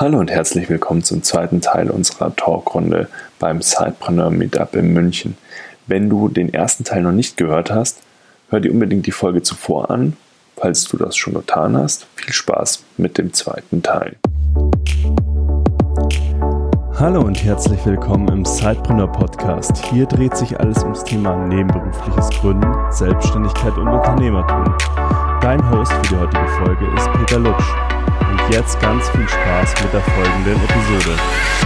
Hallo und herzlich willkommen zum zweiten Teil unserer Talkrunde beim Sidepreneur Meetup in München. Wenn du den ersten Teil noch nicht gehört hast, hör dir unbedingt die Folge zuvor an. Falls du das schon getan hast, viel Spaß mit dem zweiten Teil. Hallo und herzlich willkommen im Sidepreneur Podcast. Hier dreht sich alles ums Thema nebenberufliches Gründen, Selbstständigkeit und Unternehmertum. Dein Host für die heutige Folge ist Peter Lutsch. Und jetzt ganz viel Spaß mit der folgenden Episode.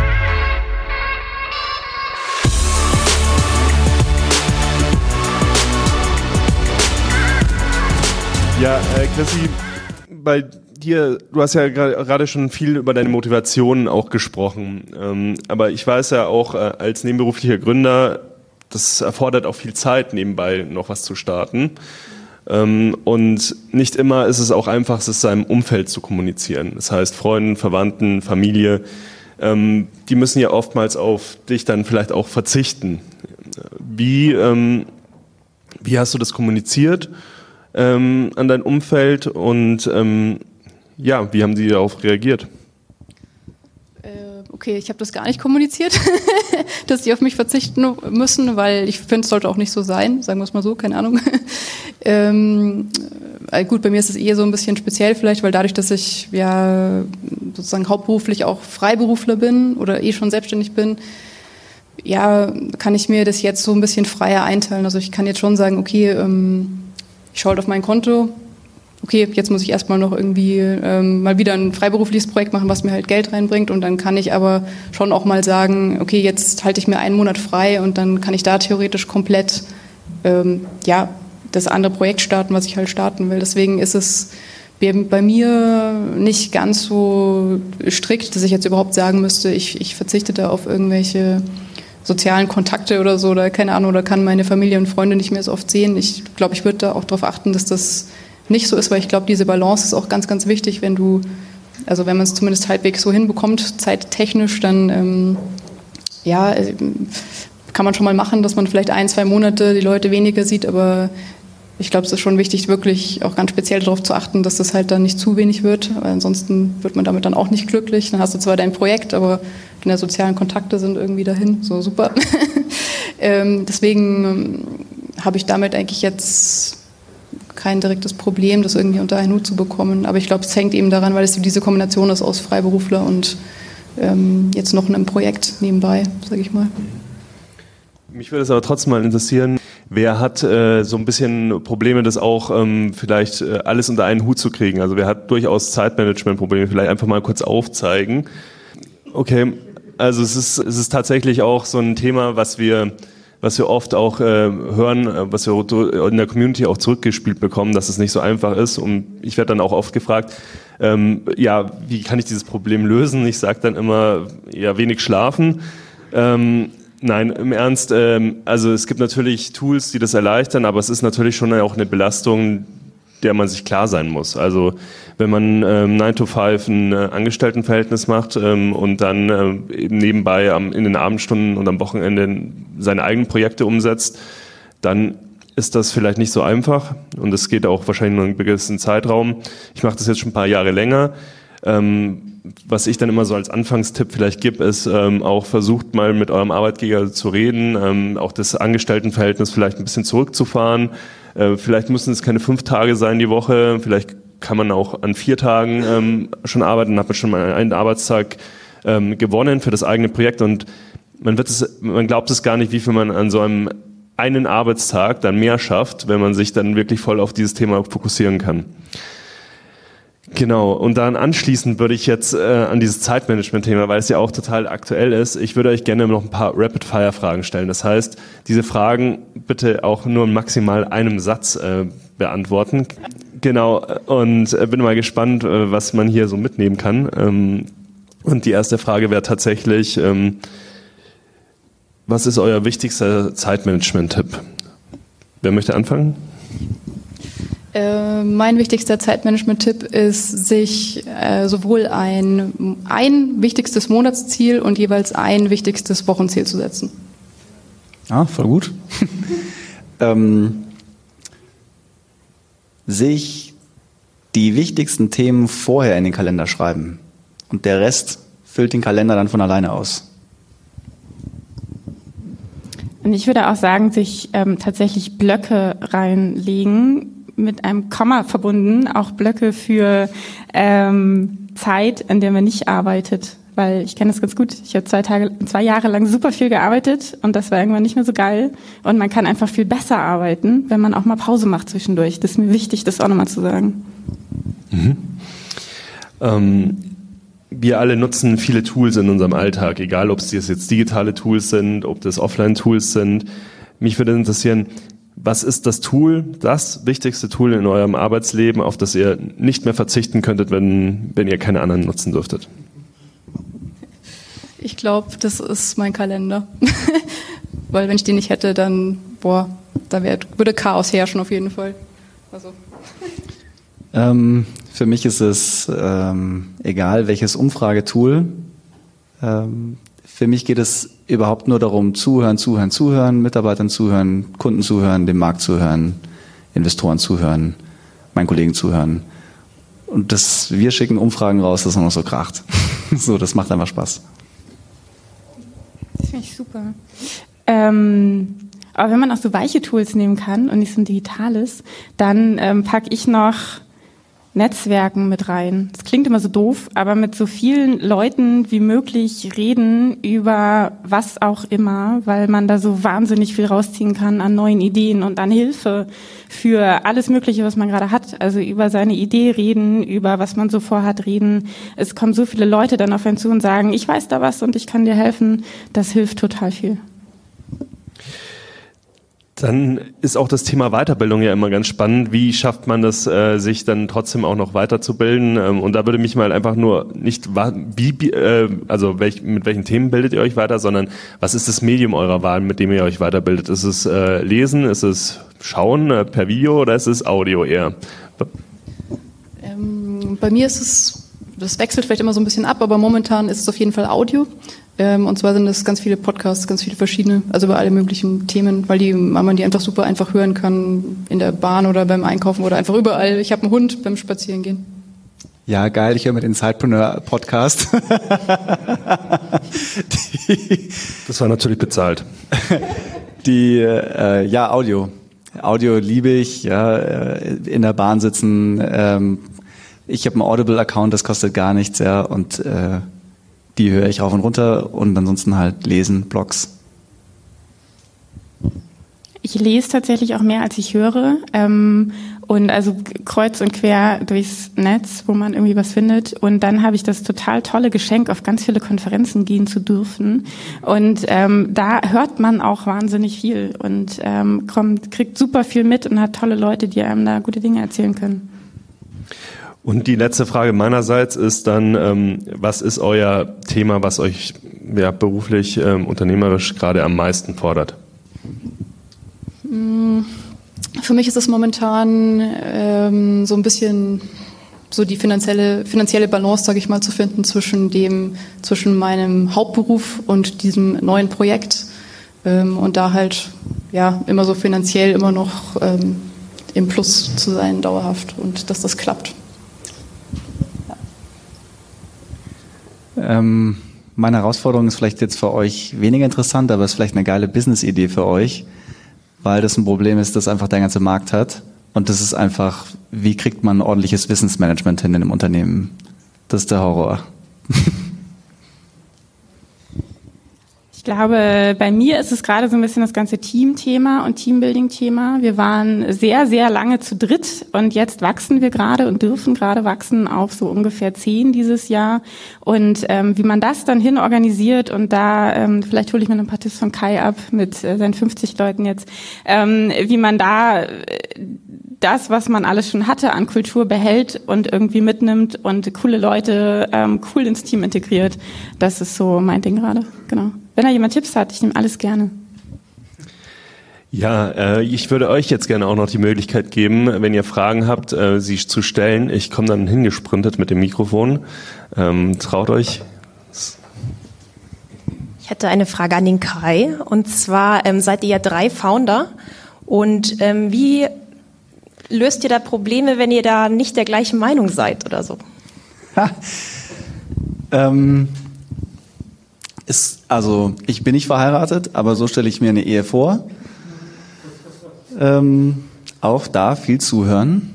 Ja, Chrissy, bei dir, du hast ja gerade schon viel über deine Motivation auch gesprochen, aber ich weiß ja auch als nebenberuflicher Gründer, das erfordert auch viel Zeit, nebenbei noch was zu starten. Und nicht immer ist es auch einfach, es seinem Umfeld zu kommunizieren. Das heißt, Freunden, Verwandten, Familie, die müssen ja oftmals auf dich dann vielleicht auch verzichten. Wie hast du das kommuniziert an dein Umfeld und wie haben die darauf reagiert? Okay, ich habe das gar nicht kommuniziert, dass die auf mich verzichten müssen, weil ich finde, es sollte auch nicht so sein, sagen wir es mal so, keine Ahnung. Gut, bei mir ist es so ein bisschen speziell vielleicht, weil dadurch, dass ich ja sozusagen hauptberuflich auch Freiberufler bin oder schon selbstständig bin, ja, kann ich mir das jetzt so ein bisschen freier einteilen. Also ich kann jetzt schon sagen, okay, ich schaue halt auf mein Konto, okay, jetzt muss ich erstmal noch irgendwie mal wieder ein freiberufliches Projekt machen, was mir halt Geld reinbringt, und dann kann ich aber schon auch mal sagen, okay, jetzt halte ich mir einen Monat frei und dann kann ich da theoretisch komplett das andere Projekt starten, was ich halt starten will. Deswegen ist es bei mir nicht ganz so strikt, dass ich jetzt überhaupt sagen müsste, ich verzichte da auf irgendwelche sozialen Kontakte oder so, oder keine Ahnung, oder kann meine Familie und Freunde nicht mehr so oft sehen. Ich glaube, ich würde da auch darauf achten, dass das nicht so ist, weil ich glaube, diese Balance ist auch ganz, ganz wichtig, wenn man es zumindest halbwegs so hinbekommt, zeittechnisch, dann kann man schon mal machen, dass man vielleicht 1-2 Monate die Leute weniger sieht, aber ich glaube, es ist schon wichtig, wirklich auch ganz speziell darauf zu achten, dass das halt dann nicht zu wenig wird, weil ansonsten wird man damit dann auch nicht glücklich. Dann hast du zwar dein Projekt, aber deine sozialen Kontakte sind irgendwie dahin, so super. Deswegen habe ich damit eigentlich jetzt kein direktes Problem, das irgendwie unter einen Hut zu bekommen. Aber ich glaube, es hängt eben daran, weil es diese Kombination ist aus Freiberufler und jetzt noch einem Projekt nebenbei, sage ich mal. Mich würde es aber trotzdem mal interessieren, wer hat so ein bisschen Probleme, das auch vielleicht alles unter einen Hut zu kriegen? Also wer hat durchaus Zeitmanagement-Probleme? Vielleicht einfach mal kurz aufzeigen. Okay, also es ist tatsächlich auch so ein Thema, was wir oft auch hören, was wir in der Community auch zurückgespielt bekommen, dass es nicht so einfach ist. Und ich werde dann auch oft gefragt, wie kann ich dieses Problem lösen? Ich sage dann immer, wenig schlafen. Nein, im Ernst, also es gibt natürlich Tools, die das erleichtern, aber es ist natürlich schon auch eine Belastung, der man sich klar sein muss. Also wenn man 9 to 5 ein Angestelltenverhältnis macht und dann eben nebenbei in den Abendstunden und am Wochenende seine eigenen Projekte umsetzt, dann ist das vielleicht nicht so einfach, und es geht auch wahrscheinlich nur einen gewissen Zeitraum. Ich mache das jetzt schon ein paar Jahre länger. Was ich dann immer so als Anfangstipp vielleicht gebe, ist auch versucht mal mit eurem Arbeitgeber zu reden, auch das Angestelltenverhältnis vielleicht ein bisschen zurückzufahren. Vielleicht müssen es keine 5 Tage sein die Woche, vielleicht kann man auch an 4 Tagen schon arbeiten, dann hat man schon mal einen Arbeitstag gewonnen für das eigene Projekt, und man glaubt es gar nicht, wie viel man an so einem einen Arbeitstag dann mehr schafft, wenn man sich dann wirklich voll auf dieses Thema fokussieren kann. Genau, und dann anschließend würde ich jetzt an dieses Zeitmanagement-Thema, weil es ja auch total aktuell ist, ich würde euch gerne noch ein paar Rapid-Fire-Fragen stellen. Das heißt, diese Fragen bitte auch nur in maximal einem Satz beantworten. Genau, und bin mal gespannt, was man hier so mitnehmen kann. Und die erste Frage wäre tatsächlich, was ist euer wichtigster Zeitmanagement-Tipp? Wer möchte anfangen? Mein wichtigster Zeitmanagement-Tipp ist, sich sowohl ein wichtigstes Monatsziel und jeweils ein wichtigstes Wochenziel zu setzen. Ah, voll gut. Sich die wichtigsten Themen vorher in den Kalender schreiben und der Rest füllt den Kalender dann von alleine aus. Und ich würde auch sagen, sich tatsächlich Blöcke reinlegen, mit einem Komma verbunden, auch Blöcke für Zeit, in der man nicht arbeitet. Weil ich kenne das ganz gut. Ich habe 2 Jahre lang super viel gearbeitet und das war irgendwann nicht mehr so geil. Und man kann einfach viel besser arbeiten, wenn man auch mal Pause macht zwischendurch. Das ist mir wichtig, das auch nochmal zu sagen. Wir alle nutzen viele Tools in unserem Alltag, egal ob es jetzt digitale Tools sind, ob das Offline-Tools sind. Mich würde interessieren, was ist das wichtigste Tool in eurem Arbeitsleben, auf das ihr nicht mehr verzichten könntet, wenn ihr keine anderen nutzen dürftet? Ich glaube, das ist mein Kalender. Weil wenn ich den nicht hätte, dann, würde Chaos herrschen auf jeden Fall. Also. Für mich ist es egal, welches Umfragetool. Für mich geht es überhaupt nur darum, zuhören, Mitarbeitern zuhören, Kunden zuhören, dem Markt zuhören, Investoren zuhören, meinen Kollegen zuhören. Und wir schicken Umfragen raus, dass man noch so kracht. So, das macht einfach Spaß. Das finde ich super. Aber wenn man auch so weiche Tools nehmen kann und nicht so ein digitales, dann packe ich noch Netzwerken mit rein. Das klingt immer so doof, aber mit so vielen Leuten wie möglich reden über was auch immer, weil man da so wahnsinnig viel rausziehen kann an neuen Ideen und an Hilfe für alles Mögliche, was man gerade hat. Also über seine Idee reden, über was man so vorhat reden. Es kommen so viele Leute dann auf einen zu und sagen, ich weiß da was und ich kann dir helfen. Das hilft total viel. Dann ist auch das Thema Weiterbildung ja immer ganz spannend. Wie schafft man das, sich dann trotzdem auch noch weiterzubilden? Und da würde mich mal einfach nur nicht, mit welchen Themen bildet ihr euch weiter, sondern was ist das Medium eurer Wahl, mit dem ihr euch weiterbildet? Ist es Lesen, ist es Schauen per Video oder ist es Audio eher? Bei mir ist es, das wechselt vielleicht immer so ein bisschen ab, aber momentan ist es auf jeden Fall Audio. Und zwar sind es ganz viele Podcasts, ganz viele verschiedene, also über alle möglichen Themen, weil man die einfach super einfach hören kann in der Bahn oder beim Einkaufen oder einfach überall. Ich habe einen Hund beim Spazierengehen. Ja, geil, ich höre mit den Sidepreneur-Podcast. Das war natürlich bezahlt. Audio. Audio liebe ich, in der Bahn sitzen. Ich habe einen Audible-Account, das kostet gar nichts, und die höre ich rauf und runter und ansonsten halt lesen, Blogs. Ich lese tatsächlich auch mehr, als ich höre. Und also kreuz und quer durchs Netz, wo man irgendwie was findet. Und dann habe ich das total tolle Geschenk, auf ganz viele Konferenzen gehen zu dürfen. Und da hört man auch wahnsinnig viel und kriegt super viel mit und hat tolle Leute, die einem da gute Dinge erzählen können. Und die letzte Frage meinerseits ist dann, was ist euer Thema, was euch beruflich, unternehmerisch gerade am meisten fordert? Für mich ist es momentan so ein bisschen so die finanzielle Balance, sage ich mal, zu finden zwischen meinem Hauptberuf und diesem neuen Projekt und da halt immer so finanziell immer noch im Plus zu sein, dauerhaft, und dass das klappt. Meine Herausforderung ist vielleicht jetzt für euch weniger interessant, aber es ist vielleicht eine geile Business-Idee für euch, weil das ein Problem ist, das einfach der ganze Markt hat. Und das ist einfach, wie kriegt man ein ordentliches Wissensmanagement hin in einem Unternehmen? Das ist der Horror. Ich glaube, bei mir ist es gerade so ein bisschen das ganze Teamthema und Teambuilding-Thema. Wir waren sehr, sehr lange zu dritt und jetzt wachsen wir gerade und dürfen gerade wachsen auf so ungefähr 10 dieses Jahr. Und wie man das dann hin organisiert und da, vielleicht hole ich mir ein paar Tipps von Kai ab mit seinen 50 Leuten jetzt, wie man da das, was man alles schon hatte an Kultur behält und irgendwie mitnimmt und coole Leute cool ins Team integriert. Das ist so mein Ding gerade, genau. Wenn da jemand Tipps hat, ich nehme alles gerne. Ja, ich würde euch jetzt gerne auch noch die Möglichkeit geben, wenn ihr Fragen habt, sie zu stellen. Ich komme dann hingesprintet mit dem Mikrofon. Traut euch. Ich hätte eine Frage an den Kai. Und zwar seid ihr ja 3 Founder. Und wie löst ihr da Probleme, wenn ihr da nicht der gleichen Meinung seid oder so? Ich bin nicht verheiratet, aber so stelle ich mir eine Ehe vor. Auch da viel zuhören.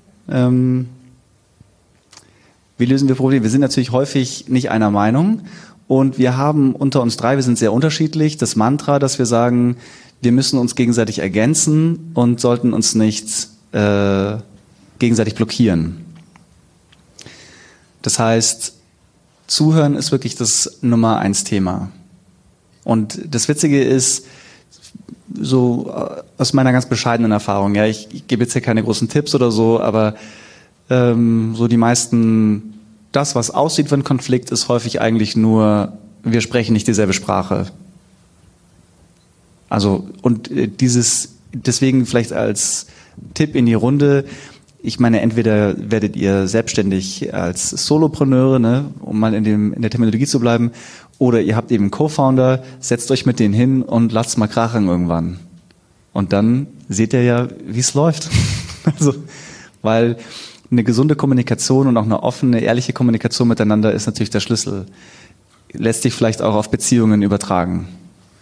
Wie lösen wir Probleme? Wir sind natürlich häufig nicht einer Meinung und wir haben unter uns drei, wir sind sehr unterschiedlich, das Mantra, dass wir sagen, wir müssen uns gegenseitig ergänzen und sollten uns nicht gegenseitig blockieren. Das heißt, Zuhören ist wirklich das Nummer 1 Thema. Und das Witzige ist, so aus meiner ganz bescheidenen Erfahrung, ja, ich gebe jetzt hier keine großen Tipps oder so, aber so die meisten, das, was aussieht wie ein Konflikt, ist häufig eigentlich nur, wir sprechen nicht dieselbe Sprache. Also, und deswegen vielleicht als Tipp in die Runde, ich meine, entweder werdet ihr selbstständig als Solopreneure, ne, um mal in der Terminologie zu bleiben, oder ihr habt eben einen Co-Founder, setzt euch mit denen hin und lasst mal krachen irgendwann. Und dann seht ihr ja, wie es läuft. Also, weil eine gesunde Kommunikation und auch eine offene, ehrliche Kommunikation miteinander ist natürlich der Schlüssel. Lässt sich vielleicht auch auf Beziehungen übertragen.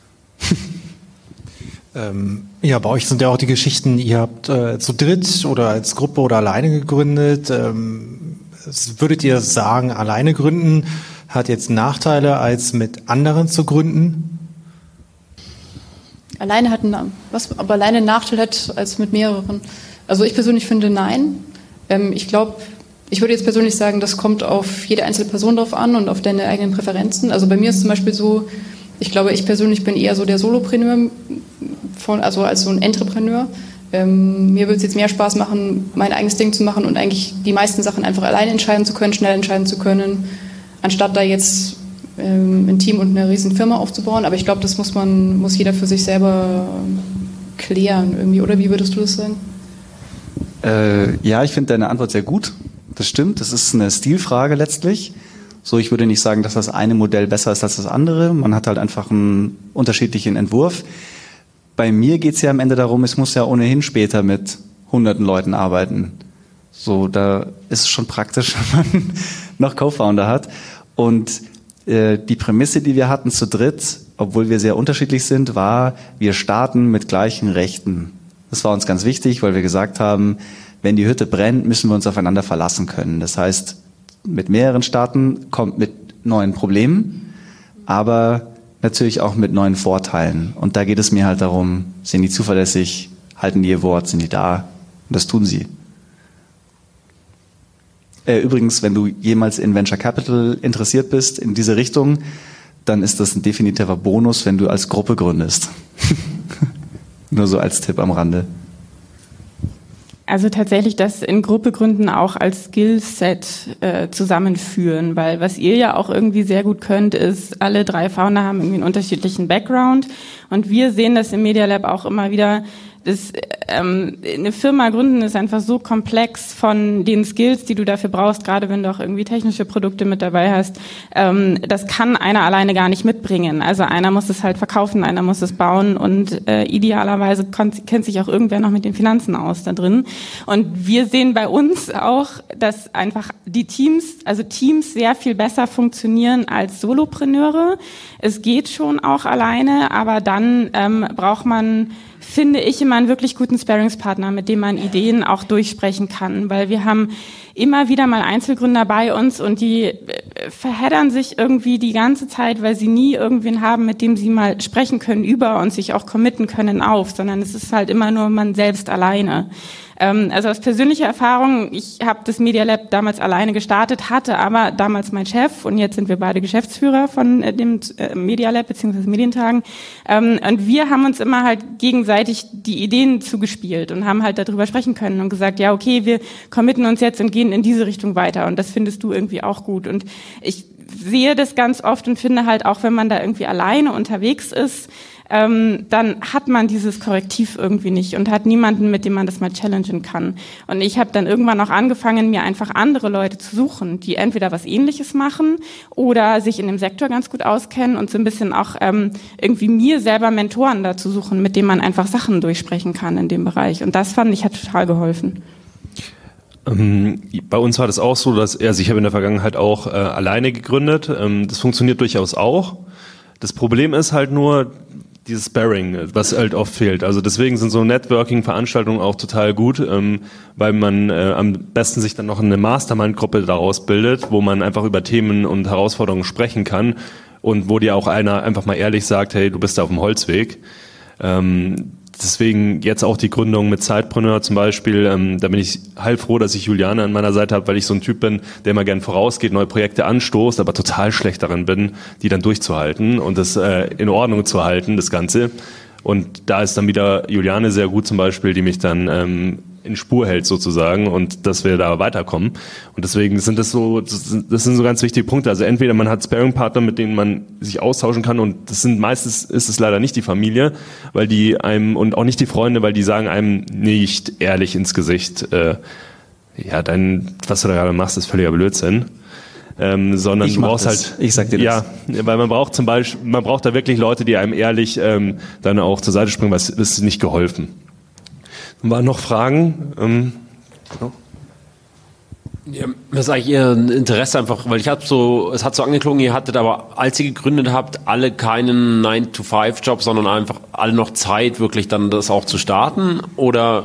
Ja, bei euch sind ja auch die Geschichten, ihr habt zu dritt oder als Gruppe oder alleine gegründet. Würdet ihr sagen, alleine gründen hat jetzt Nachteile, als mit anderen zu gründen? Alleine hat aber alleine einen Nachteil hat als mit mehreren. Also ich persönlich finde nein. Ich glaube, ich würde jetzt persönlich sagen, das kommt auf jede einzelne Person drauf an und auf deine eigenen Präferenzen. Also bei mir ist zum Beispiel so, ich glaube, ich persönlich bin eher so der Solopreneur, also als so ein Entrepreneur. Mir würde es jetzt mehr Spaß machen, mein eigenes Ding zu machen und eigentlich die meisten Sachen einfach alleine entscheiden zu können, schnell entscheiden zu können, anstatt da jetzt ein Team und eine riesen Firma aufzubauen. Aber ich glaube, das muss jeder für sich selber klären irgendwie. Oder wie würdest du das sagen? Ja, ich finde deine Antwort sehr gut. Das stimmt. Das ist eine Stilfrage letztlich. So, ich würde nicht sagen, dass das eine Modell besser ist als das andere. Man hat halt einfach einen unterschiedlichen Entwurf. Bei mir geht's ja am Ende darum, ich muss ja ohnehin später mit hunderten Leuten arbeiten. So, da ist es schon praktisch, wenn man noch Co-Founder hat. Und die Prämisse, die wir hatten zu dritt, obwohl wir sehr unterschiedlich sind, war, wir starten mit gleichen Rechten. Das war uns ganz wichtig, weil wir gesagt haben, wenn die Hütte brennt, müssen wir uns aufeinander verlassen können. Das heißt, mit mehreren Staaten kommt mit neuen Problemen, aber natürlich auch mit neuen Vorteilen. Und da geht es mir halt darum, sind die zuverlässig, halten die ihr Wort, sind die da? Und das tun sie. Übrigens, wenn du jemals in Venture Capital interessiert bist, in diese Richtung, dann ist das ein definitiver Bonus, wenn du als Gruppe gründest. Nur so als Tipp am Rande. Also tatsächlich das in Gruppe gründen auch als Skillset zusammenführen, weil was ihr ja auch irgendwie sehr gut könnt, ist, alle 3 Founder haben irgendwie einen unterschiedlichen Background und wir sehen das im Media Lab auch immer wieder, dass eine Firma gründen ist einfach so komplex von den Skills, die du dafür brauchst, gerade wenn du auch irgendwie technische Produkte mit dabei hast. Das kann einer alleine gar nicht mitbringen. Also einer muss es halt verkaufen, einer muss es bauen und idealerweise kennt sich auch irgendwer noch mit den Finanzen aus da drin. Und wir sehen bei uns auch, dass einfach Teams sehr viel besser funktionieren als Solopreneure. Es geht schon auch alleine, aber dann braucht man, finde ich, immer einen wirklich guten Sparringspartner, mit dem man Ideen auch durchsprechen kann, weil wir haben immer wieder mal Einzelgründer bei uns und die verheddern sich irgendwie die ganze Zeit, weil sie nie irgendwen haben, mit dem sie mal sprechen können über und sich auch committen können auf, sondern es ist halt immer nur man selbst alleine. Also aus persönlicher Erfahrung, ich habe das Media Lab damals alleine gestartet, hatte aber damals mein Chef und jetzt sind wir beide Geschäftsführer von dem Media Lab bzw. Medientagen und wir haben uns immer halt gegenseitig die Ideen zugespielt und haben halt darüber sprechen können und gesagt, ja okay, wir committen uns jetzt und gehen in diese Richtung weiter und das findest du irgendwie auch gut und ich sehe das ganz oft und finde halt auch, wenn man da irgendwie alleine unterwegs ist, dann hat man dieses Korrektiv irgendwie nicht und hat niemanden, mit dem man das mal challengen kann. Und ich habe dann irgendwann auch angefangen, mir einfach andere Leute zu suchen, die entweder was Ähnliches machen oder sich in dem Sektor ganz gut auskennen und so ein bisschen auch irgendwie mir selber Mentoren dazu suchen, mit denen man einfach Sachen durchsprechen kann in dem Bereich. Und das fand ich, hat total geholfen. Bei uns war das auch so, dass ich habe in der Vergangenheit auch alleine gegründet. Das funktioniert durchaus auch. Das Problem ist halt nur dieses Sparring, was halt oft fehlt. Also deswegen sind so Networking-Veranstaltungen auch total gut, weil man am besten sich dann noch eine Mastermind-Gruppe daraus bildet, wo man einfach über Themen und Herausforderungen sprechen kann und wo dir auch einer einfach mal ehrlich sagt, hey, du bist da auf dem Holzweg. Deswegen jetzt auch die Gründung mit Sidepreneur zum Beispiel, da bin ich heilfroh, dass ich Juliane an meiner Seite habe, weil ich so ein Typ bin, der immer gern vorausgeht, neue Projekte anstoßt, aber total schlecht darin bin, die dann durchzuhalten und das in Ordnung zu halten, das Ganze. Und da ist dann wieder Juliane sehr gut zum Beispiel, die mich dann in Spur hält sozusagen und dass wir da weiterkommen. Und deswegen sind das sind so ganz wichtige Punkte. Also entweder man hat Sparring-Partner, mit denen man sich austauschen kann und meistens ist es leider nicht die Familie, weil die einem und auch nicht die Freunde, weil die sagen einem nicht ehrlich ins Gesicht, was du da gerade machst, ist völliger Blödsinn. Sondern du brauchst halt, ich sag dir das. Ja, weil man braucht da wirklich Leute, die einem ehrlich dann auch zur Seite springen, weil es ist nicht geholfen. Waren noch Fragen? Ja, das ist eigentlich eher ein Interesse einfach, weil es hat so angeklungen, ihr hattet aber, als ihr gegründet habt, alle keinen 9-to-5-Job, sondern einfach alle noch Zeit, wirklich dann das auch zu starten, oder?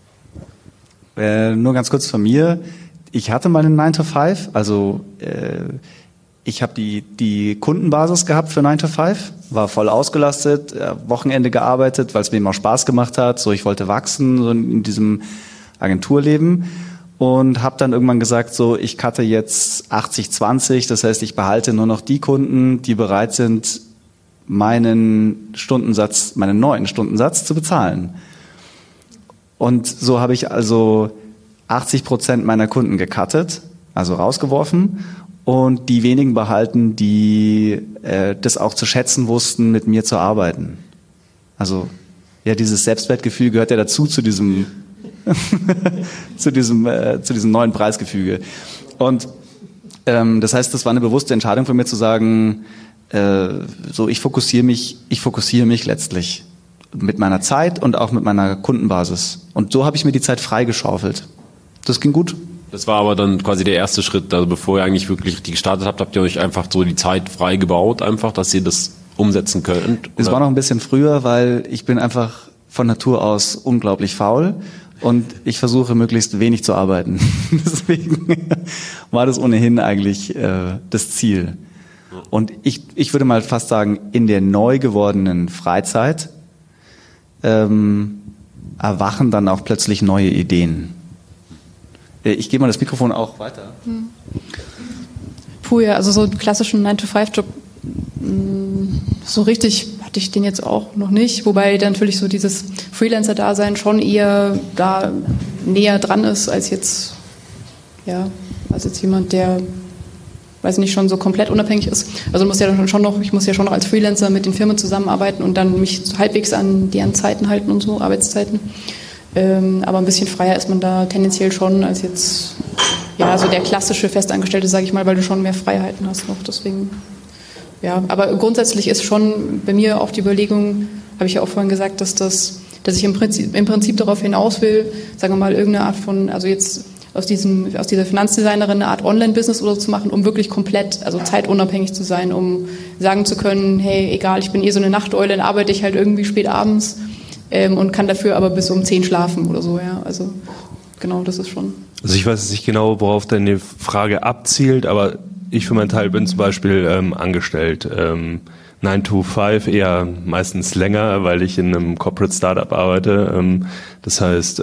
Nur ganz kurz von mir. Ich hatte mal einen 9-to-5, also ich habe die Kundenbasis gehabt für 9-to-5, war voll ausgelastet, Wochenende gearbeitet, weil es mir immer Spaß gemacht hat. So, ich wollte wachsen so in diesem Agenturleben und habe dann irgendwann gesagt, so, ich cutte jetzt 80-20, das heißt, ich behalte nur noch die Kunden, die bereit sind, meinen neuen Stundensatz zu bezahlen. Und so habe ich also 80% meiner Kunden gecuttet, also rausgeworfen, und die wenigen behalten, die das auch zu schätzen wussten, mit mir zu arbeiten. Also ja, dieses Selbstwertgefühl gehört ja dazu zu diesem zu diesem neuen Preisgefüge. Und das heißt, das war eine bewusste Entscheidung von mir zu sagen, ich fokussiere mich letztlich mit meiner Zeit und auch mit meiner Kundenbasis. Und so habe ich mir die Zeit freigeschaufelt. Das ging gut. Das war aber dann quasi der erste Schritt, also bevor ihr eigentlich wirklich richtig gestartet habt ihr euch einfach so die Zeit frei gebaut, einfach, dass ihr das umsetzen könnt? Es war noch ein bisschen früher, weil ich bin einfach von Natur aus unglaublich faul und ich versuche möglichst wenig zu arbeiten. Deswegen war das ohnehin eigentlich das Ziel. Und ich würde mal fast sagen, in der neu gewordenen Freizeit erwachen dann auch plötzlich neue Ideen. Ich gebe mal das Mikrofon auch weiter. Puh, ja, also so einen klassischen 9-to-5-Job, so richtig hatte ich den jetzt auch noch nicht, wobei dann natürlich so dieses Freelancer-Dasein schon eher da näher dran ist als jetzt jemand, der, weiß nicht, schon so komplett unabhängig ist. Also ich muss ja schon noch als Freelancer mit den Firmen zusammenarbeiten und dann mich halbwegs an deren Zeiten halten und so, Arbeitszeiten. Aber ein bisschen freier ist man da tendenziell schon als jetzt, so der klassische Festangestellte, sage ich mal, weil du schon mehr Freiheiten hast noch. Deswegen, aber grundsätzlich ist schon bei mir auch die Überlegung, habe ich ja auch vorhin gesagt, dass ich im Prinzip darauf hinaus will, sagen wir mal, irgendeine Art von, also jetzt aus dieser Finanzdesignerin eine Art Online-Business oder so zu machen, um wirklich komplett, also zeitunabhängig zu sein, um sagen zu können, hey, egal, ich bin so eine Nachteule, dann arbeite ich halt irgendwie spät abends. Und kann dafür aber bis um 10 schlafen oder so, ja. Also genau, das ist schon. Also ich weiß nicht genau, worauf deine Frage abzielt, aber ich für meinen Teil bin zum Beispiel angestellt. 9-to-5 eher meistens länger, weil ich in einem Corporate Startup arbeite. Das heißt,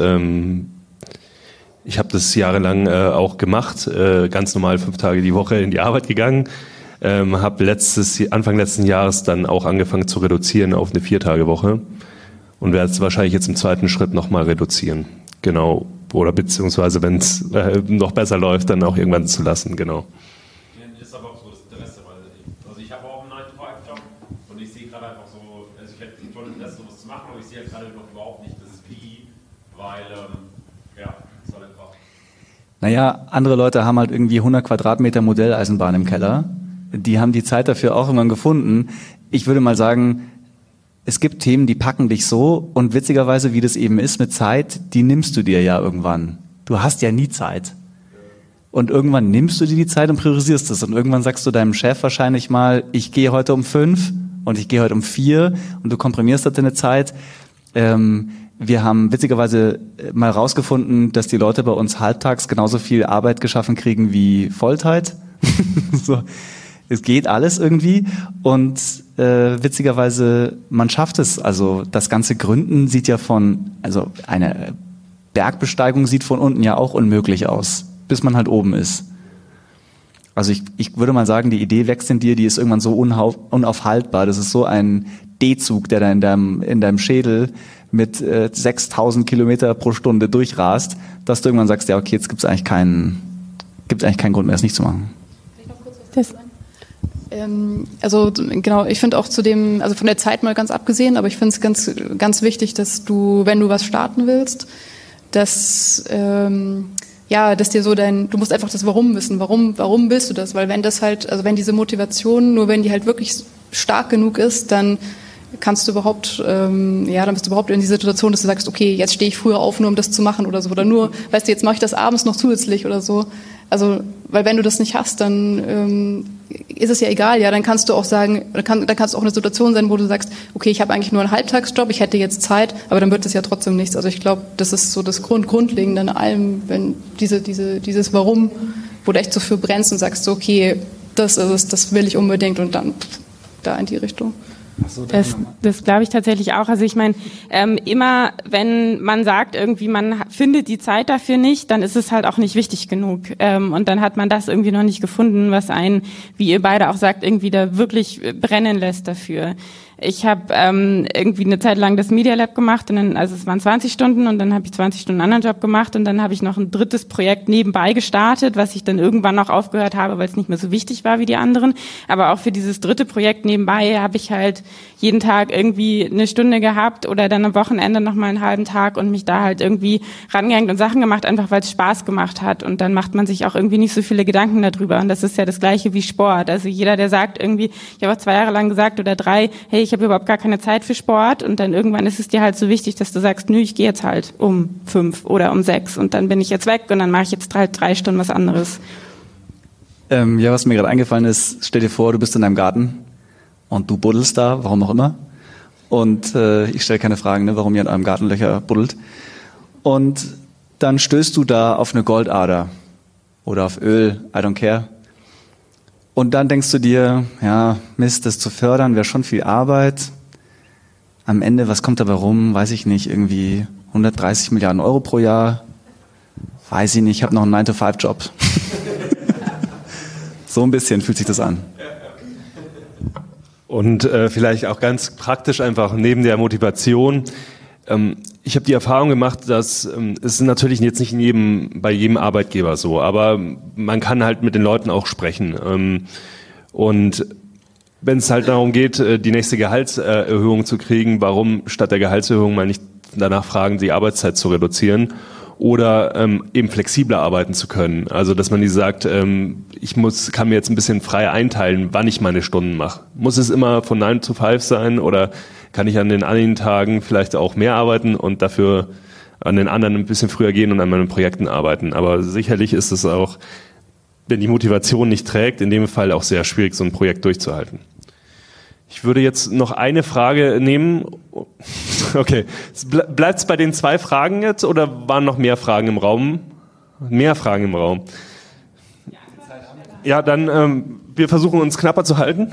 ich habe das jahrelang auch gemacht, ganz normal 5 Tage die Woche in die Arbeit gegangen. Habe Anfang letzten Jahres dann auch angefangen zu reduzieren auf eine 4-Tage-Woche. Und werde es wahrscheinlich jetzt im zweiten Schritt nochmal reduzieren. Genau. Oder beziehungsweise, wenn es noch besser läuft, dann auch irgendwann zu lassen. Genau. Das ist aber auch so das Interesse, weil ich habe auch einen 9-to-5-Job und ich sehe gerade einfach so, also ich hätte schon Interesse, sowas zu machen, aber ich sehe halt gerade noch überhaupt nicht das Wie, weil, es soll einfach. Naja, andere Leute haben halt irgendwie 100 Quadratmeter Modelleisenbahn im Keller. Die haben die Zeit dafür auch irgendwann gefunden. Ich würde mal sagen, es gibt Themen, die packen dich so und witzigerweise, wie das eben ist mit Zeit, die nimmst du dir ja irgendwann. Du hast ja nie Zeit. Und irgendwann nimmst du dir die Zeit und priorisierst es. Und irgendwann sagst du deinem Chef wahrscheinlich mal, ich gehe heute um 5 und ich gehe heute um 4 und du komprimierst halt deine Zeit. Wir haben witzigerweise mal rausgefunden, dass die Leute bei uns halbtags genauso viel Arbeit geschaffen kriegen wie Vollzeit. So, es geht alles irgendwie und witzigerweise, man schafft es. Also das ganze Gründen sieht ja also eine Bergbesteigung sieht von unten ja auch unmöglich aus, bis man halt oben ist. Also ich würde mal sagen, die Idee wächst in dir, die ist irgendwann so unaufhaltbar. Das ist so ein D-Zug, der da in deinem Schädel mit 6000 Kilometer pro Stunde durchrast, dass du irgendwann sagst, ja okay, jetzt gibt's eigentlich keinen Grund mehr, es nicht zu machen. Also genau, ich finde auch also von der Zeit mal ganz abgesehen, aber ich finde es ganz, ganz wichtig, dass du, wenn du was starten willst, dass dir so du musst einfach das Warum wissen. Warum willst du das? Weil wenn das halt, also wenn diese Motivation, nur wenn die halt wirklich stark genug ist, dann kannst du überhaupt, dann bist du überhaupt in die Situation, dass du sagst, okay, jetzt stehe ich früher auf, nur um das zu machen oder so. Oder nur, weißt du, jetzt mache ich das abends noch zusätzlich oder so. Also, weil wenn du das nicht hast, dann ist es ja egal, ja, dann kannst du auch sagen, dann kannst du auch eine Situation sein, wo du sagst, okay, ich habe eigentlich nur einen Halbtagsjob, ich hätte jetzt Zeit, aber dann wird das ja trotzdem nichts. Also ich glaube, das ist so das Grundlegende an allem, wenn dieses Warum, wo du echt so für brennst und sagst, so, okay, das ist es, das will ich unbedingt und dann da in die Richtung. Das glaube ich tatsächlich auch. Also ich meine, immer wenn man sagt, irgendwie man findet die Zeit dafür nicht, dann ist es halt auch nicht wichtig genug. Und dann hat man das irgendwie noch nicht gefunden, was einen, wie ihr beide auch sagt, irgendwie da wirklich brennen lässt dafür. Ich habe irgendwie eine Zeit lang das Media Lab gemacht und dann, also es waren 20 Stunden und dann habe ich 20 Stunden einen anderen Job gemacht und dann habe ich noch ein drittes Projekt nebenbei gestartet, was ich dann irgendwann noch aufgehört habe, weil es nicht mehr so wichtig war wie die anderen. Aber auch für dieses dritte Projekt nebenbei habe ich halt jeden Tag irgendwie eine Stunde gehabt oder dann am Wochenende noch mal einen halben Tag und mich da halt irgendwie rangehängt und Sachen gemacht, einfach weil es Spaß gemacht hat. Und dann macht man sich auch irgendwie nicht so viele Gedanken darüber. Und das ist ja das Gleiche wie Sport. Also jeder, der sagt irgendwie, ich habe auch 2 Jahre lang gesagt oder 3, hey, ich habe überhaupt gar keine Zeit für Sport und dann irgendwann ist es dir halt so wichtig, dass du sagst, nö, ich gehe jetzt halt um 5 oder um 6 und dann bin ich jetzt weg und dann mache ich jetzt halt 3 Stunden was anderes. Was mir gerade eingefallen ist, stell dir vor, du bist in deinem Garten und du buddelst da, warum auch immer. Und ich stelle keine Fragen, ne, warum ihr in eurem Garten Löcher buddelt. Und dann stößt du da auf eine Goldader oder auf Öl, I don't care. Und dann denkst du dir, ja, Mist, das zu fördern wäre schon viel Arbeit. Am Ende, was kommt dabei rum? Weiß ich nicht, irgendwie 130 Milliarden Euro pro Jahr. Weiß ich nicht, ich habe noch einen 9-to-5-Job. So ein bisschen fühlt sich das an. Und vielleicht auch ganz praktisch einfach neben der Motivation. Ich habe die Erfahrung gemacht, dass es natürlich jetzt nicht bei jedem Arbeitgeber so, aber man kann halt mit den Leuten auch sprechen. Und wenn es halt darum geht, die nächste Gehaltserhöhung zu kriegen, warum statt der Gehaltserhöhung mal nicht danach fragen, die Arbeitszeit zu reduzieren oder eben flexibler arbeiten zu können. Also dass man nicht sagt, kann mir jetzt ein bisschen frei einteilen, wann ich meine Stunden mache. Muss es immer von 9 to 5 sein oder kann ich an den anderen Tagen vielleicht auch mehr arbeiten und dafür an den anderen ein bisschen früher gehen und an meinen Projekten arbeiten. Aber sicherlich ist es auch, wenn die Motivation nicht trägt, in dem Fall auch sehr schwierig, so ein Projekt durchzuhalten. Ich würde jetzt noch eine Frage nehmen. Okay, bleibt es bei den 2 Fragen jetzt oder waren noch mehr Fragen im Raum? Mehr Fragen im Raum. Ja, dann wir versuchen uns knapper zu halten.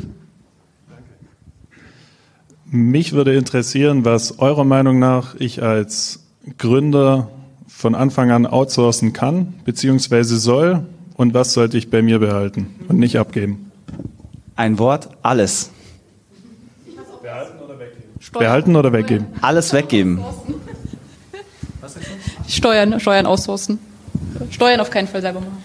Mich würde interessieren, was eurer Meinung nach ich als Gründer von Anfang an outsourcen kann, beziehungsweise soll, und was sollte ich bei mir behalten und nicht abgeben? Ein Wort, alles. Behalten oder weggeben? Behalten oder weggeben? Alles weggeben. Steuern aussourcen. Steuern auf keinen Fall selber machen.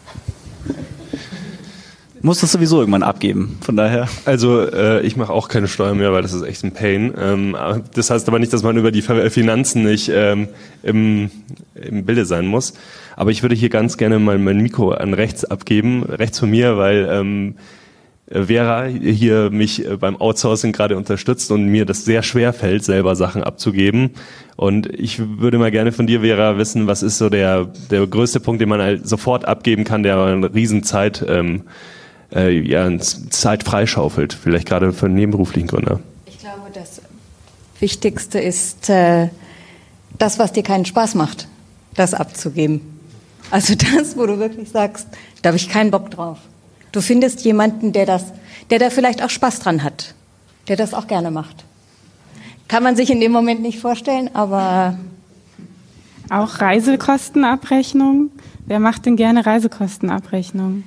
Muss das sowieso irgendwann abgeben, von daher. Also ich mache auch keine Steuern mehr, weil das ist echt ein Pain. Das heißt aber nicht, dass man über die Finanzen nicht im Bilde sein muss. Aber ich würde hier ganz gerne mal mein Mikro an rechts abgeben, rechts von mir, weil Vera hier mich beim Outsourcing gerade unterstützt und mir das sehr schwer fällt, selber Sachen abzugeben. Und ich würde mal gerne von dir, Vera, wissen, was ist so der größte Punkt, den man halt sofort abgeben kann, der eine Riesenzeit Zeit freischaufelt, vielleicht gerade für einen nebenberuflichen Gründer? Ich glaube, das Wichtigste ist, das, was dir keinen Spaß macht, das abzugeben. Also das, wo du wirklich sagst, da habe ich keinen Bock drauf. Du findest jemanden, der da vielleicht auch Spaß dran hat, der das auch gerne macht. Kann man sich in dem Moment nicht vorstellen, aber... Auch Reisekostenabrechnung? Wer macht denn gerne Reisekostenabrechnung?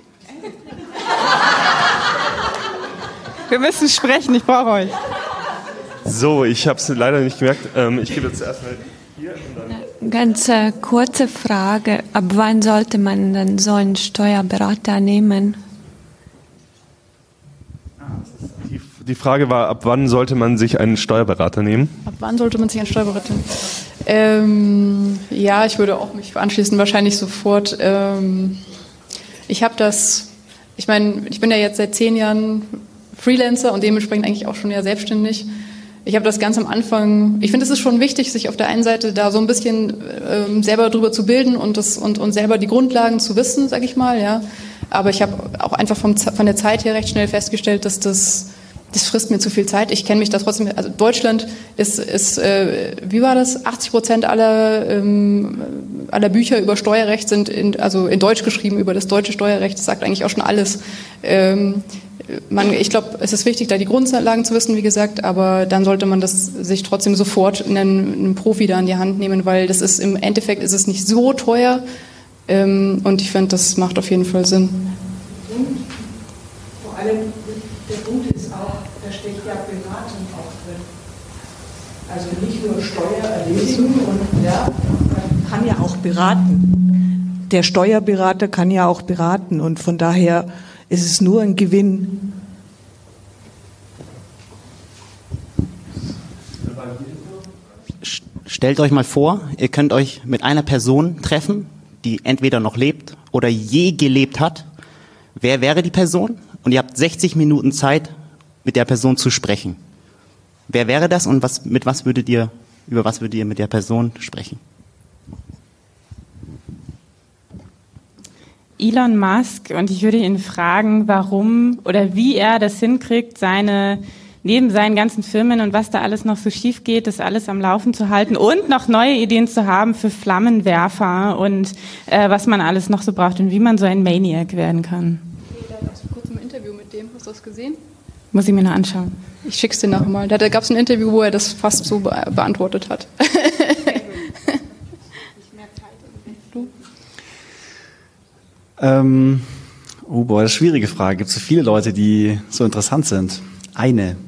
Wir müssen sprechen, ich brauche euch. So, ich habe es leider nicht gemerkt. Ich gebe jetzt erstmal hier und dann... Ganz kurze Frage. Ab wann sollte man dann so einen Steuerberater nehmen? Die Frage war, ab wann sollte man sich einen Steuerberater nehmen? Ab wann sollte man sich einen Steuerberater nehmen? Ja, ich würde auch mich anschließen, wahrscheinlich sofort. Ich bin ja jetzt seit 10 Jahren Freelancer und dementsprechend eigentlich auch schon ja selbstständig. Ich habe das ganz am Anfang, ich finde, es ist schon wichtig, sich auf der einen Seite da so ein bisschen selber drüber zu bilden und selber die Grundlagen zu wissen, sag ich mal, ja. Aber ich habe auch einfach von der Zeit her recht schnell festgestellt, dass das frisst mir zu viel Zeit. Ich kenne mich da trotzdem, also Deutschland ist wie war das? 80% aller Bücher über Steuerrecht sind in Deutsch geschrieben, über das deutsche Steuerrecht. Das sagt eigentlich auch schon alles. Ich glaube, es ist wichtig, da die Grundlagen zu wissen, wie gesagt, aber dann sollte man das sich trotzdem sofort einen Profi da in die Hand nehmen, weil das ist im Endeffekt ist es nicht so teuer und ich finde, das macht auf jeden Fall Sinn. Und vor allem der Punkt ist auch, da steckt ja Beratung auch drin. Also nicht nur Steuererledigung und ja, man kann ja auch beraten. Der Steuerberater kann ja auch beraten und von daher ist es nur ein Gewinn. Stellt euch mal vor, ihr könnt euch mit einer Person treffen, die entweder noch lebt oder je gelebt hat. Wer wäre die Person? Und ihr habt 60 Minuten Zeit, mit der Person zu sprechen. Wer wäre das und über was würdet ihr mit der Person sprechen? Elon Musk, und ich würde ihn fragen, warum oder wie er das hinkriegt, neben seinen ganzen Firmen und was da alles noch so schief geht, das alles am Laufen zu halten und noch neue Ideen zu haben für Flammenwerfer und was man alles noch so braucht und wie man so ein Maniac werden kann. Da gab es vor kurzem ein Interview mit dem, hast du das gesehen? Muss ich mir noch anschauen. Ich schick's dir nachher mal. Da gab es ein Interview, wo er das fast so beantwortet hat. Das ist eine schwierige Frage. Gibt es so viele Leute, die so interessant sind? Eine.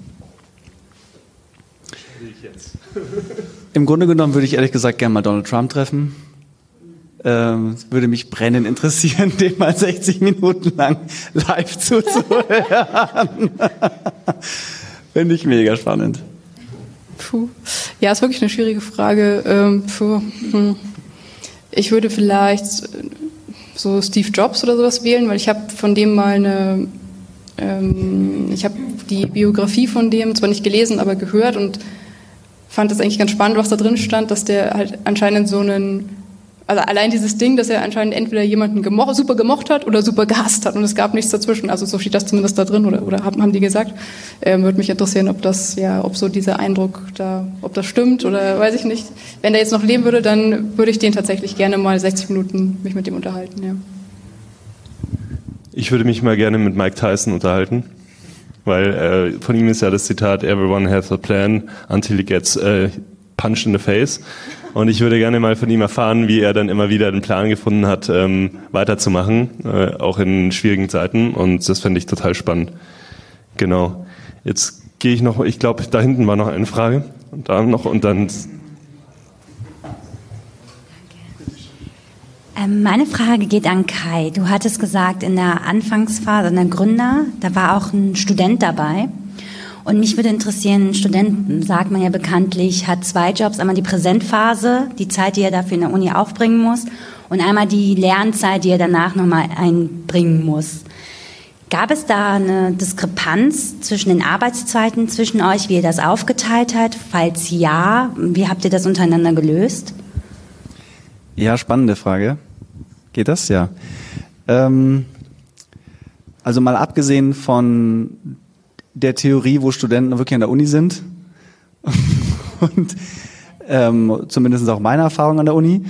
Im Grunde genommen würde ich ehrlich gesagt gerne mal Donald Trump treffen. Würde mich brennend interessieren, dem mal 60 Minuten lang live zuzuhören. Finde ich mega spannend. Ja, ist wirklich eine schwierige Frage. Ich würde vielleicht so Steve Jobs oder sowas wählen, weil ich habe von dem mal ich habe die Biografie von dem zwar nicht gelesen, aber gehört und fand das eigentlich ganz spannend, was da drin stand, dass der halt anscheinend also allein dieses Ding, dass er anscheinend entweder jemanden super gemocht hat oder super gehasst hat und es gab nichts dazwischen. Also so steht das zumindest da drin oder haben die gesagt. Würde mich interessieren, ob so dieser Eindruck ob das stimmt oder weiß ich nicht. Wenn der jetzt noch leben würde, dann würde ich den tatsächlich gerne mal 60 Minuten mich mit dem unterhalten, ja. Ich würde mich mal gerne mit Mike Tyson unterhalten, weil von ihm ist ja das Zitat, everyone has a plan until he gets punched in the face. Und ich würde gerne mal von ihm erfahren, wie er dann immer wieder den Plan gefunden hat, weiterzumachen, auch in schwierigen Zeiten. Und das fände ich total spannend. Genau. Jetzt gehe ich noch, ich glaube, da hinten war noch eine Frage. Und da noch und dann... Meine Frage geht an Kai. Du hattest gesagt, in der Anfangsphase, in der Gründer, da war auch ein Student dabei. Und mich würde interessieren, ein Student, sagt man ja bekanntlich, hat 2 Jobs. Einmal die Präsentphase, die Zeit, die er dafür in der Uni aufbringen muss. Und einmal die Lernzeit, die er danach nochmal einbringen muss. Gab es da eine Diskrepanz zwischen den Arbeitszeiten zwischen euch, wie ihr das aufgeteilt habt? Falls ja, wie habt ihr das untereinander gelöst? Ja, spannende Frage. Geht das? Ja. Also mal abgesehen von der Theorie, wo Studenten wirklich an der Uni sind und zumindest auch meine Erfahrung an der Uni.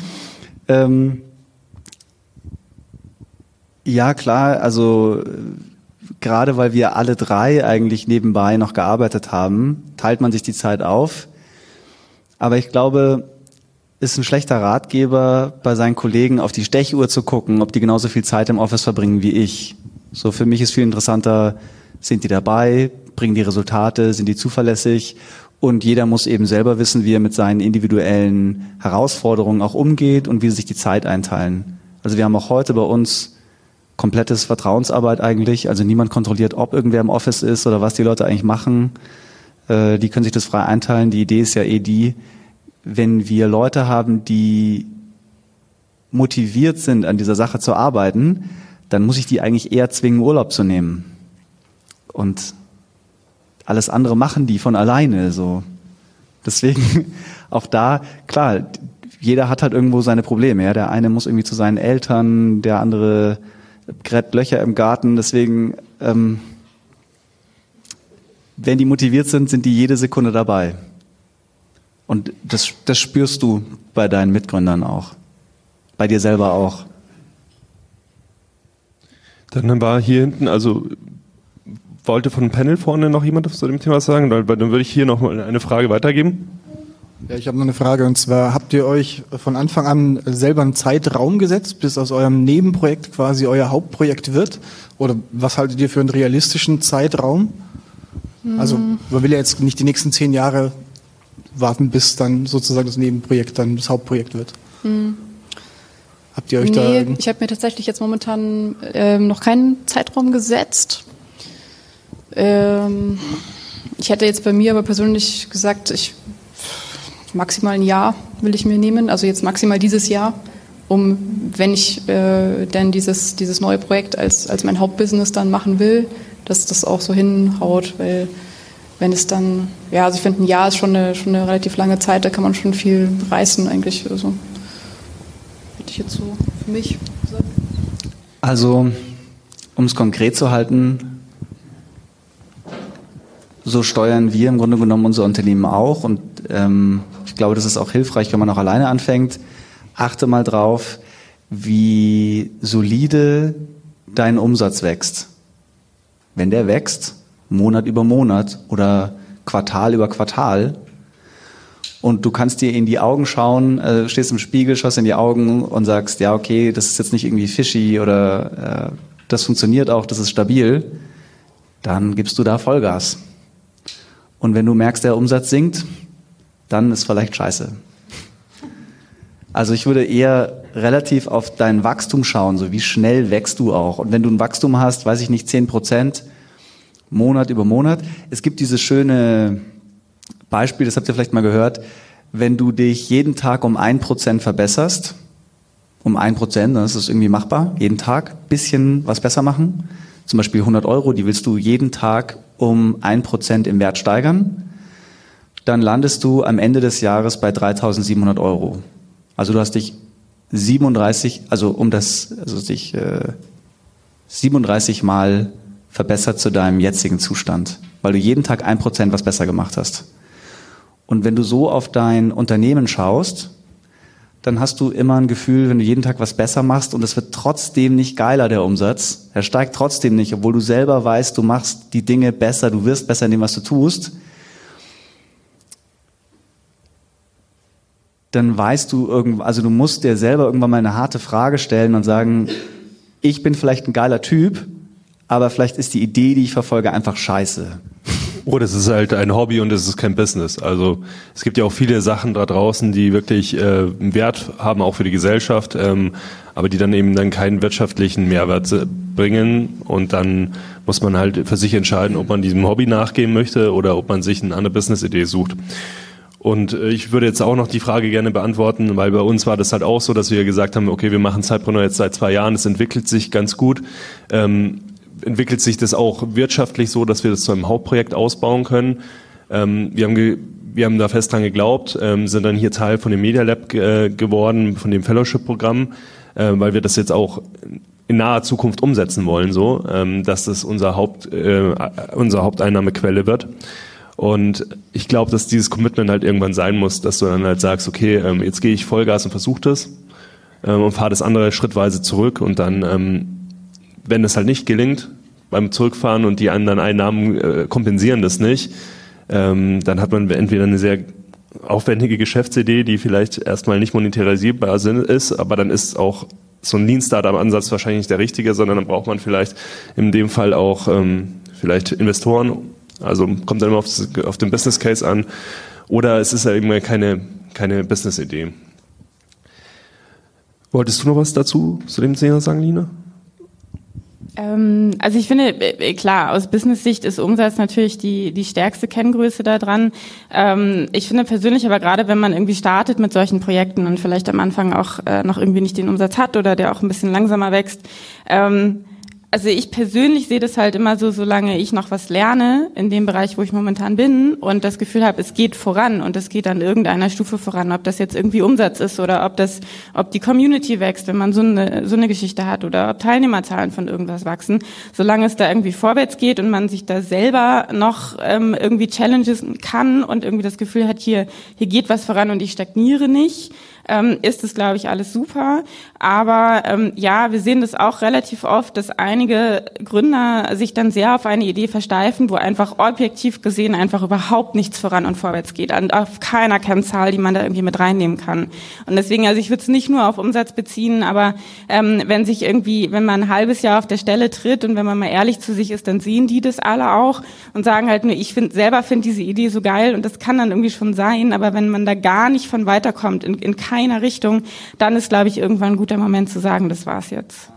Ja, klar, also gerade weil wir alle drei eigentlich nebenbei noch gearbeitet haben, teilt man sich die Zeit auf. Aber ich glaube, ist ein schlechter Ratgeber, bei seinen Kollegen auf die Stechuhr zu gucken, ob die genauso viel Zeit im Office verbringen wie ich. So, für mich ist viel interessanter, sind die dabei, bringen die Resultate, sind die zuverlässig? Und jeder muss eben selber wissen, wie er mit seinen individuellen Herausforderungen auch umgeht und wie sie sich die Zeit einteilen. Also wir haben auch heute bei uns komplettes Vertrauensarbeit eigentlich. Also niemand kontrolliert, ob irgendwer im Office ist oder was die Leute eigentlich machen. Die können sich das frei einteilen. Die Idee ist ja die, wenn wir Leute haben, die motiviert sind, an dieser Sache zu arbeiten, dann muss ich die eigentlich eher zwingen, Urlaub zu nehmen. Und alles andere machen die von alleine, so. Deswegen auch da, klar, jeder hat halt irgendwo seine Probleme, ja. Der eine muss irgendwie zu seinen Eltern, der andere gräbt Löcher im Garten, deswegen, wenn die motiviert sind, sind die jede Sekunde dabei. Und das spürst du bei deinen Mitgründern auch. Bei dir selber auch. Dann war hier hinten, also wollte von dem Panel vorne noch jemand zu dem Thema was sagen? Weil dann würde ich hier noch mal eine Frage weitergeben. Ja, ich habe noch eine Frage, und zwar, habt ihr euch von Anfang an selber einen Zeitraum gesetzt, bis aus eurem Nebenprojekt quasi euer Hauptprojekt wird? Oder was haltet ihr für einen realistischen Zeitraum? Also man will ja jetzt nicht die nächsten 10 Jahre warten, bis dann sozusagen das Nebenprojekt dann das Hauptprojekt wird. Habt ihr euch da... Ich habe mir tatsächlich jetzt momentan noch keinen Zeitraum gesetzt. Ich hätte jetzt bei mir aber persönlich gesagt, maximal ein Jahr will ich mir nehmen, also jetzt maximal dieses Jahr, wenn ich dann dieses neue Projekt als mein Hauptbusiness dann machen will, dass das auch so hinhaut, weil wenn es dann, ja, also ich finde, ein Jahr ist schon eine relativ lange Zeit, da kann man schon viel reißen eigentlich, also hätte ich jetzt so für mich gesagt. Also, um es konkret zu halten, so steuern wir im Grunde genommen unser Unternehmen auch, und ich glaube, das ist auch hilfreich, wenn man auch alleine anfängt. Achte mal drauf, wie solide dein Umsatz wächst. Wenn der wächst, Monat über Monat oder Quartal über Quartal, und du kannst dir in die Augen schauen, stehst im Spiegel, schaust in die Augen und sagst, ja, okay, das ist jetzt nicht irgendwie fishy oder das funktioniert auch, das ist stabil, dann gibst du da Vollgas. Und wenn du merkst, der Umsatz sinkt, dann ist vielleicht scheiße. Also ich würde eher relativ auf dein Wachstum schauen, so wie schnell wächst du auch. Und wenn du ein Wachstum hast, weiß ich nicht, 10%, Monat über Monat. Es gibt dieses schöne Beispiel, das habt ihr vielleicht mal gehört, wenn du dich jeden Tag um 1% verbesserst, um 1%, dann ist das irgendwie machbar, jeden Tag, bisschen was besser machen. Zum Beispiel 100 €, die willst du jeden Tag um 1% im Wert steigern, dann landest du am Ende des Jahres bei 3.700 €. Also du hast dich 37 Mal verbessert zu deinem jetzigen Zustand, weil du jeden Tag 1% was besser gemacht hast. Und wenn du so auf dein Unternehmen schaust, dann hast du immer ein Gefühl, wenn du jeden Tag was besser machst und es wird trotzdem nicht geiler, der Umsatz, er steigt trotzdem nicht, obwohl du selber weißt, du machst die Dinge besser, du wirst besser in dem, was du tust, dann weißt du also du musst dir selber irgendwann mal eine harte Frage stellen und sagen, ich bin vielleicht ein geiler Typ, aber vielleicht ist die Idee, die ich verfolge, einfach scheiße. Oder es ist halt ein Hobby und es ist kein Business. Also es gibt ja auch viele Sachen da draußen, die wirklich einen Wert haben, auch für die Gesellschaft, aber die dann eben dann keinen wirtschaftlichen Mehrwert bringen. Und dann muss man halt für sich entscheiden, ob man diesem Hobby nachgehen möchte oder ob man sich eine andere Business-Idee sucht. Und ich würde jetzt auch noch die Frage gerne beantworten, weil bei uns war das halt auch so, dass wir gesagt haben, okay, wir machen Zeitpreneur jetzt seit 2 Jahren, es entwickelt sich ganz gut. Entwickelt sich das auch wirtschaftlich so, dass wir das zu einem Hauptprojekt ausbauen können. Wir haben da fest dran geglaubt, sind dann hier Teil von dem Media Lab geworden, von dem Fellowship-Programm, weil wir das jetzt auch in naher Zukunft umsetzen wollen, so, dass das unsere Haupteinnahmequelle wird. Und ich glaube, dass dieses Commitment halt irgendwann sein muss, dass du dann halt sagst, okay, jetzt gehe ich Vollgas und versuche das und fahre das andere schrittweise zurück und dann, wenn es halt nicht gelingt, beim Zurückfahren und die anderen Einnahmen kompensieren das nicht, dann hat man entweder eine sehr aufwendige Geschäftsidee, die vielleicht erstmal nicht monetarisierbar ist, aber dann ist auch so ein Lean-Startup-Ansatz wahrscheinlich nicht der richtige, sondern dann braucht man vielleicht in dem Fall auch vielleicht Investoren. Also kommt dann immer auf den Business Case an. Oder es ist ja eben keine Business-Idee. Wolltest du noch was dazu zu dem Thema sagen, Lina? Also ich finde, klar, aus Business-Sicht ist Umsatz natürlich die stärkste Kenngröße da dran. Ich finde persönlich aber gerade, wenn man irgendwie startet mit solchen Projekten und vielleicht am Anfang auch noch irgendwie nicht den Umsatz hat oder der auch ein bisschen langsamer wächst, also ich persönlich sehe das halt immer so, solange ich noch was lerne in dem Bereich, wo ich momentan bin und das Gefühl habe, es geht voran und es geht an irgendeiner Stufe voran, ob das jetzt irgendwie Umsatz ist oder ob die Community wächst, wenn man so eine Geschichte hat oder ob Teilnehmerzahlen von irgendwas wachsen. Solange es da irgendwie vorwärts geht und man sich da selber noch irgendwie challenges kann und irgendwie das Gefühl hat, hier geht was voran und ich stagniere nicht, ist es, glaube ich, alles super. Aber ja, wir sehen das auch relativ oft, dass einige Gründer sich dann sehr auf eine Idee versteifen, wo einfach objektiv gesehen einfach überhaupt nichts voran und vorwärts geht. Und auf keiner Kennzahl, die man da irgendwie mit reinnehmen kann. Und deswegen, also ich würde es nicht nur auf Umsatz beziehen, aber wenn man ein halbes Jahr auf der Stelle tritt und wenn man mal ehrlich zu sich ist, dann sehen die das alle auch und sagen halt nur, ich finde diese Idee so geil und das kann dann irgendwie schon sein, aber wenn man da gar nicht von weiterkommt, in keiner Richtung, dann ist, glaube ich, irgendwann ein guter Moment zu sagen, das war's jetzt.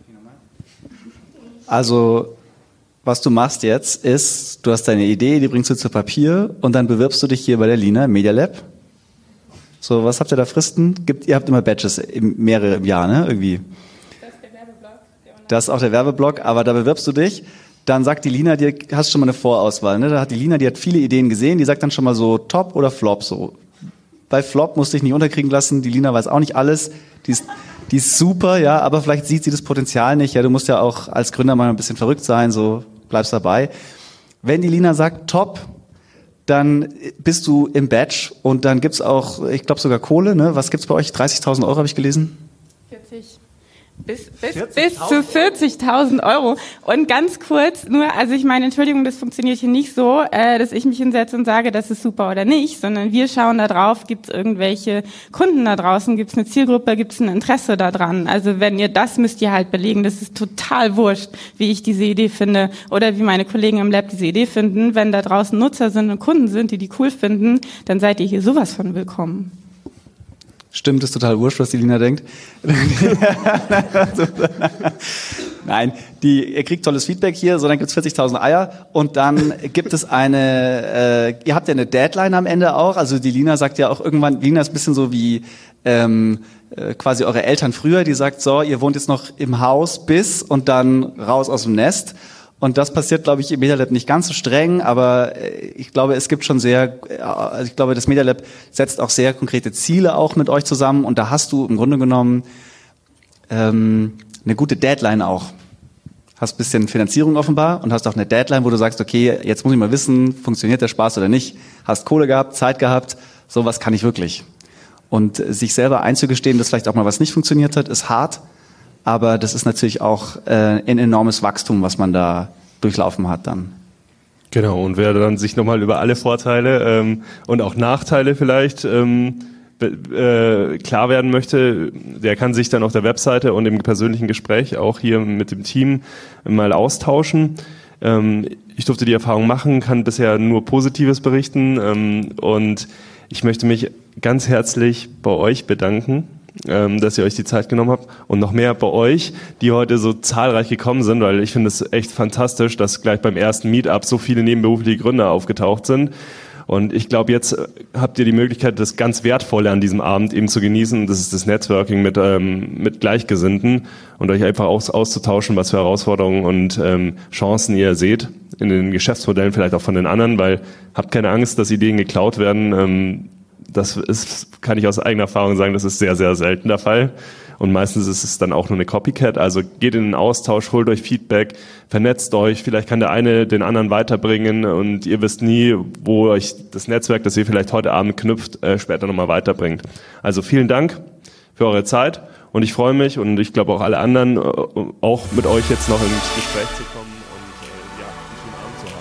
Also, was du machst jetzt ist, du hast deine Idee, die bringst du zu Papier und dann bewirbst du dich hier bei der Lina im Media Lab. So, was habt ihr da Fristen? Ihr habt immer Badges, mehrere im Jahr, ne? Irgendwie. Das ist der Werbeblock. Das ist auch der Werbeblock, aber da bewirbst du dich. Dann sagt die Lina, du hast schon mal eine Vorauswahl, ne? Da hat die Lina, die hat viele Ideen gesehen, die sagt dann schon mal so Top oder Flop, so. Bei Flop musste ich nicht unterkriegen lassen, die Lina weiß auch nicht alles, die ist super, ja, aber vielleicht sieht sie das Potenzial nicht, ja, du musst ja auch als Gründer mal ein bisschen verrückt sein, so bleibst dabei. Wenn die Lina sagt Top, dann bist du im Badge und dann gibt's auch, ich glaube sogar Kohle, ne? Was gibt's bei euch? 30.000 Euro habe ich gelesen? 40. Bis zu 40.000 Euro. Und ganz kurz, nur, also ich meine, Entschuldigung, das funktioniert hier nicht so, dass ich mich hinsetze und sage, das ist super oder nicht, sondern wir schauen da drauf, gibt es irgendwelche Kunden da draußen, gibt es eine Zielgruppe, gibt es ein Interesse daran. Also wenn ihr das müsst ihr halt belegen, das ist total wurscht, wie ich diese Idee finde oder wie meine Kollegen im Lab diese Idee finden. Wenn da draußen Nutzer sind und Kunden sind, die cool finden, dann seid ihr hier sowas von willkommen. Stimmt, ist total wurscht, was die Lina denkt. Nein, ihr kriegt tolles Feedback hier, so dann gibt's 40.000 Eier und dann gibt es ihr habt ja eine Deadline am Ende auch, also die Lina sagt ja auch irgendwann, Lina ist ein bisschen so wie quasi eure Eltern früher, die sagt so, ihr wohnt jetzt noch im Haus bis und dann raus aus dem Nest. Und das passiert, glaube ich, im Media Lab nicht ganz so streng, aber ich glaube, es gibt schon das Media Lab setzt auch sehr konkrete Ziele auch mit euch zusammen und da hast du im Grunde genommen eine gute Deadline auch. Hast ein bisschen Finanzierung offenbar und hast auch eine Deadline, wo du sagst, okay, jetzt muss ich mal wissen, funktioniert der Spaß oder nicht. Hast Kohle gehabt, Zeit gehabt, sowas kann ich wirklich. Und sich selber einzugestehen, dass vielleicht auch mal was nicht funktioniert hat, ist hart. Aber das ist natürlich auch ein enormes Wachstum, was man da durchlaufen hat dann. Genau, und wer dann sich nochmal über alle Vorteile und auch Nachteile vielleicht klar werden möchte, der kann sich dann auf der Webseite und im persönlichen Gespräch auch hier mit dem Team mal austauschen. Ich durfte die Erfahrung machen, kann bisher nur Positives berichten und ich möchte mich ganz herzlich bei euch bedanken, dass ihr euch die Zeit genommen habt und noch mehr bei euch, die heute so zahlreich gekommen sind, weil ich finde es echt fantastisch, dass gleich beim ersten Meetup so viele nebenberufliche Gründer aufgetaucht sind. Und ich glaube, jetzt habt ihr die Möglichkeit, das ganz Wertvolle an diesem Abend eben zu genießen. Das ist das Networking mit Gleichgesinnten und euch einfach auszutauschen, was für Herausforderungen und Chancen ihr seht in den Geschäftsmodellen, vielleicht auch von den anderen, weil habt keine Angst, dass Ideen geklaut werden. Das kann ich aus eigener Erfahrung sagen, das ist sehr, sehr selten der Fall. Und meistens ist es dann auch nur eine Copycat. Also geht in den Austausch, holt euch Feedback, vernetzt euch. Vielleicht kann der eine den anderen weiterbringen und ihr wisst nie, wo euch das Netzwerk, das ihr vielleicht heute Abend knüpft, später nochmal weiterbringt. Also vielen Dank für eure Zeit und ich freue mich und ich glaube auch alle anderen, auch mit euch jetzt noch ins Gespräch zu kommen und einen schönen Abend zu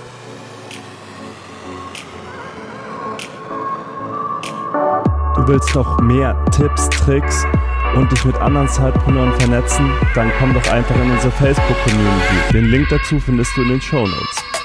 haben. Du willst noch mehr Tipps, Tricks und dich mit anderen Sidepreneuren vernetzen? Dann komm doch einfach in unsere Facebook-Community. Den Link dazu findest du in den Shownotes.